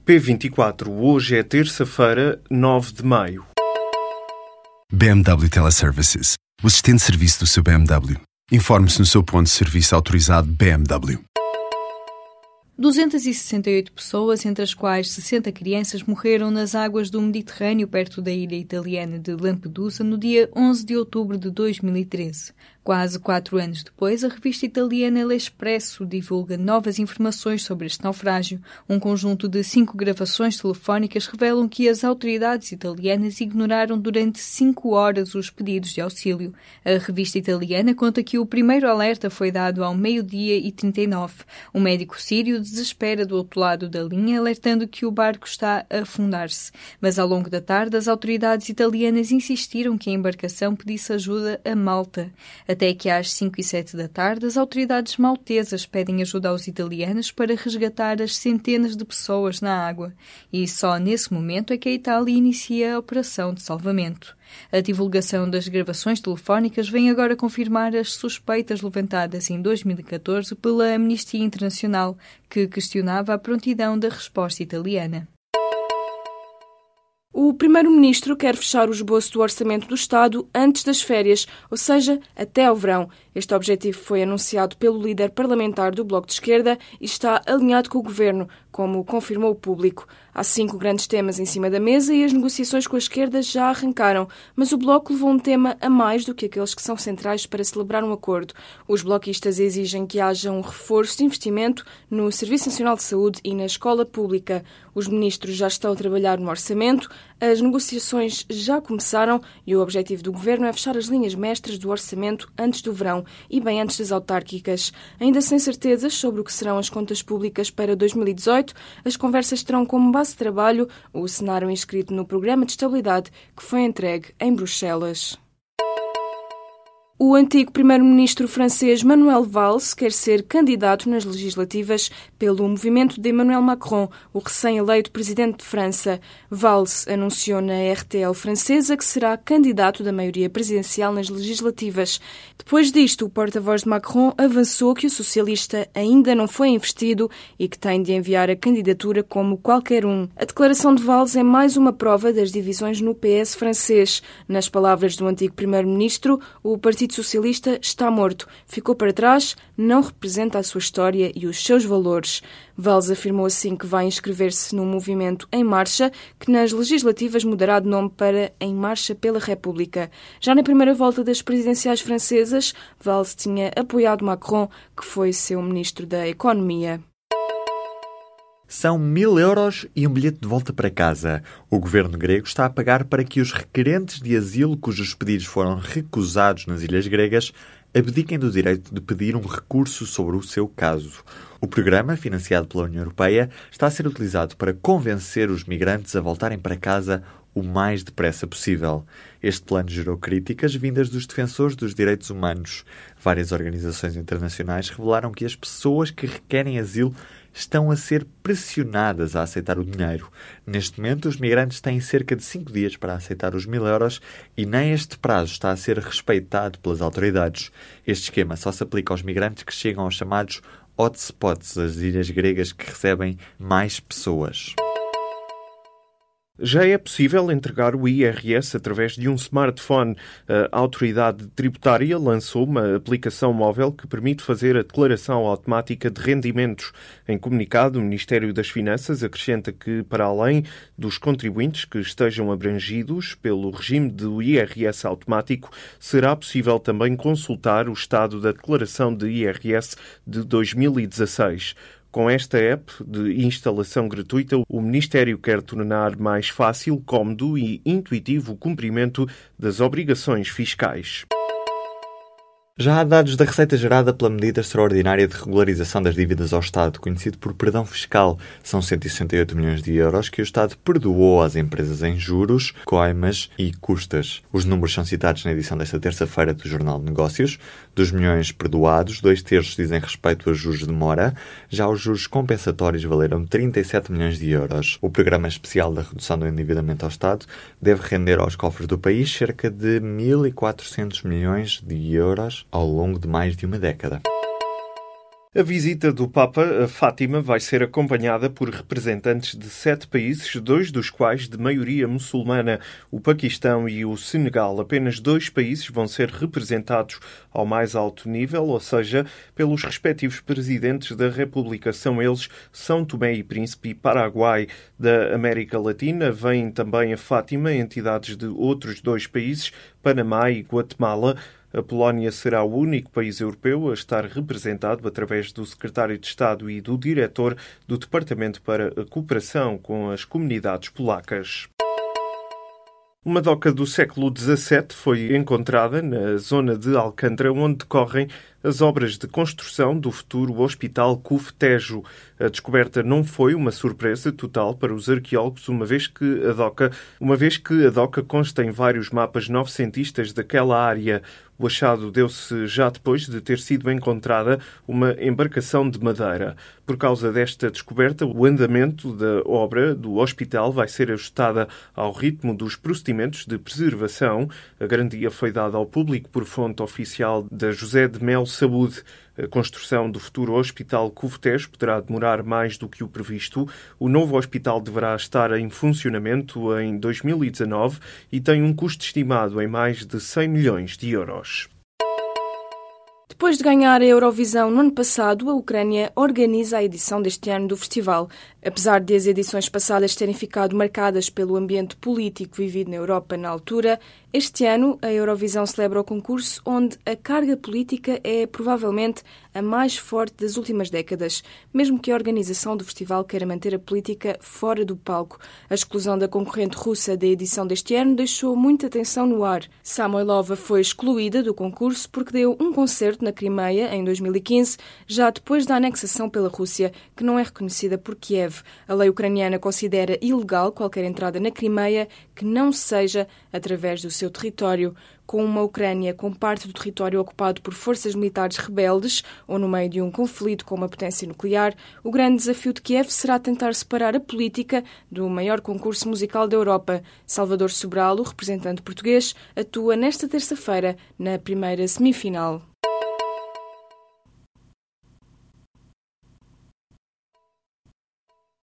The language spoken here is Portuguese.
P24, hoje é terça-feira, 9 de maio. BMW Teleservices, o assistente de serviço do seu BMW. Informe-se no seu ponto de serviço autorizado BMW. 268 pessoas, entre as quais 60 crianças, morreram nas águas do Mediterrâneo perto da ilha italiana de Lampedusa no dia 11 de outubro de 2013. Quase 4 anos depois, a revista italiana L'Espresso divulga novas informações sobre este naufrágio. Um conjunto de 5 gravações telefónicas revelam que as autoridades italianas ignoraram durante 5 horas os pedidos de auxílio. A revista italiana conta que o primeiro alerta foi dado ao 12h39. Um médico sírio desespera do outro lado da linha, alertando que o barco está a afundar-se. Mas ao longo da tarde, as autoridades italianas insistiram que a embarcação pedisse ajuda a Malta. Até que às 5h07 da tarde, as autoridades maltesas pedem ajuda aos italianos para resgatar as centenas de pessoas na água. E só nesse momento é que a Itália inicia a operação de salvamento. A divulgação das gravações telefónicas vem agora confirmar as suspeitas levantadas em 2014 pela Amnistia Internacional, que questionava a prontidão da resposta italiana. O Primeiro-Ministro quer fechar o esboço do Orçamento do Estado antes das férias, ou seja, até ao verão. Este objetivo foi anunciado pelo líder parlamentar do Bloco de Esquerda e está alinhado com o Governo, como confirmou o Público. Há 5 grandes temas em cima da mesa e as negociações com a esquerda já arrancaram, mas o Bloco levou um tema a mais do que aqueles que são centrais para celebrar um acordo. Os bloquistas exigem que haja um reforço de investimento no Serviço Nacional de Saúde e na escola pública. Os ministros já estão a trabalhar no orçamento, as negociações já começaram e o objetivo do Governo é fechar as linhas mestras do orçamento antes do verão e bem antes das autárquicas. Ainda sem certezas sobre o que serão as contas públicas para 2018, as conversas terão como base de trabalho o cenário inscrito no Programa de Estabilidade que foi entregue em Bruxelas. O antigo primeiro-ministro francês Manuel Valls quer ser candidato nas legislativas pelo movimento de Emmanuel Macron, o recém-eleito presidente de França. Valls anunciou na RTL francesa que será candidato da maioria presidencial nas legislativas. Depois disto, o porta-voz de Macron avançou que o socialista ainda não foi investido e que tem de enviar a candidatura como qualquer um. A declaração de Valls é mais uma prova das divisões no PS francês. Nas palavras do antigo primeiro-ministro, o Partido Socialista está morto, ficou para trás, não representa a sua história e os seus valores. Valls afirmou assim que vai inscrever-se no movimento Em Marcha, que nas legislativas mudará de nome para Em Marcha pela República. Já na primeira volta das presidenciais francesas, Valls tinha apoiado Macron, que foi seu ministro da Economia. São 1.000 euros e um bilhete de volta para casa. O governo grego está a pagar para que os requerentes de asilo cujos pedidos foram recusados nas ilhas gregas abdiquem do direito de pedir um recurso sobre o seu caso. O programa, financiado pela União Europeia, está a ser utilizado para convencer os migrantes a voltarem para casa o mais depressa possível. Este plano gerou críticas vindas dos defensores dos direitos humanos. Várias organizações internacionais revelaram que as pessoas que requerem asilo estão a ser pressionadas a aceitar o dinheiro. Neste momento, os migrantes têm cerca de 5 dias para aceitar os 1.000 euros e nem este prazo está a ser respeitado pelas autoridades. Este esquema só se aplica aos migrantes que chegam aos chamados hotspots, as ilhas gregas que recebem mais pessoas. Já é possível entregar o IRS através de um smartphone. A autoridade tributária lançou uma aplicação móvel que permite fazer a declaração automática de rendimentos. Em comunicado, o Ministério das Finanças acrescenta que, para além dos contribuintes que estejam abrangidos pelo regime do IRS automático, será possível também consultar o estado da declaração de IRS de 2016. Com esta app de instalação gratuita, o Ministério quer tornar mais fácil, cómodo e intuitivo o cumprimento das obrigações fiscais. Já há dados da receita gerada pela medida extraordinária de regularização das dívidas ao Estado, conhecido por perdão fiscal. São 168 milhões de euros que o Estado perdoou às empresas em juros, coimas e custas. Os números são citados na edição desta terça-feira do Jornal de Negócios. Dos milhões perdoados, 2/3 dizem respeito a juros de mora. Já os juros compensatórios valeram 37 milhões de euros. O Programa Especial da Redução do Endividamento ao Estado deve render aos cofres do país cerca de 1.400 milhões de euros ao longo de mais de uma década. A visita do Papa a Fátima vai ser acompanhada por representantes de 7 países, 2 dos quais de maioria muçulmana, o Paquistão e o Senegal. Apenas 2 países vão ser representados ao mais alto nível, ou seja, pelos respectivos presidentes da República. São eles São Tomé e Príncipe e Paraguai. Da América Latina vêm também a Fátima entidades de outros 2 países, Panamá e Guatemala. A Polónia será o único país europeu a estar representado através do secretário de Estado e do diretor do Departamento para a Cooperação com as Comunidades Polacas. Uma doca do século XVII foi encontrada na zona de Alcântara, onde decorrem as obras de construção do futuro Hospital CUF Tejo. A descoberta não foi uma surpresa total para os arqueólogos, uma vez que a doca consta em vários mapas novecentistas daquela área. O achado deu-se já depois de ter sido encontrada uma embarcação de madeira. Por causa desta descoberta, o andamento da obra do hospital vai ser ajustada ao ritmo dos procedimentos de preservação. A garantia foi dada ao público por fonte oficial da José de Mel Saúde. A construção do futuro Hospital CUF Tejo poderá demorar mais do que o previsto. O novo hospital deverá estar em funcionamento em 2019 e tem um custo estimado em mais de 100 milhões de euros. Depois de ganhar a Eurovisão no ano passado, a Ucrânia organiza a edição deste ano do festival. Apesar de as edições passadas terem ficado marcadas pelo ambiente político vivido na Europa na altura, este ano a Eurovisão celebra o concurso onde a carga política é provavelmente a mais forte das últimas décadas, mesmo que a organização do festival queira manter a política fora do palco. A exclusão da concorrente russa da edição deste ano deixou muita tensão no ar. Samoilova foi excluída do concurso porque deu um concerto na Crimeia em 2015, já depois da anexação pela Rússia, que não é reconhecida por Kiev. A lei ucraniana considera ilegal qualquer entrada na Crimeia que não seja através do seu território. Com uma Ucrânia com parte do território ocupado por forças militares rebeldes ou no meio de um conflito com uma potência nuclear, o grande desafio de Kiev será tentar separar a política do maior concurso musical da Europa. Salvador Sobral, o representante português, atua nesta terça-feira na primeira semifinal.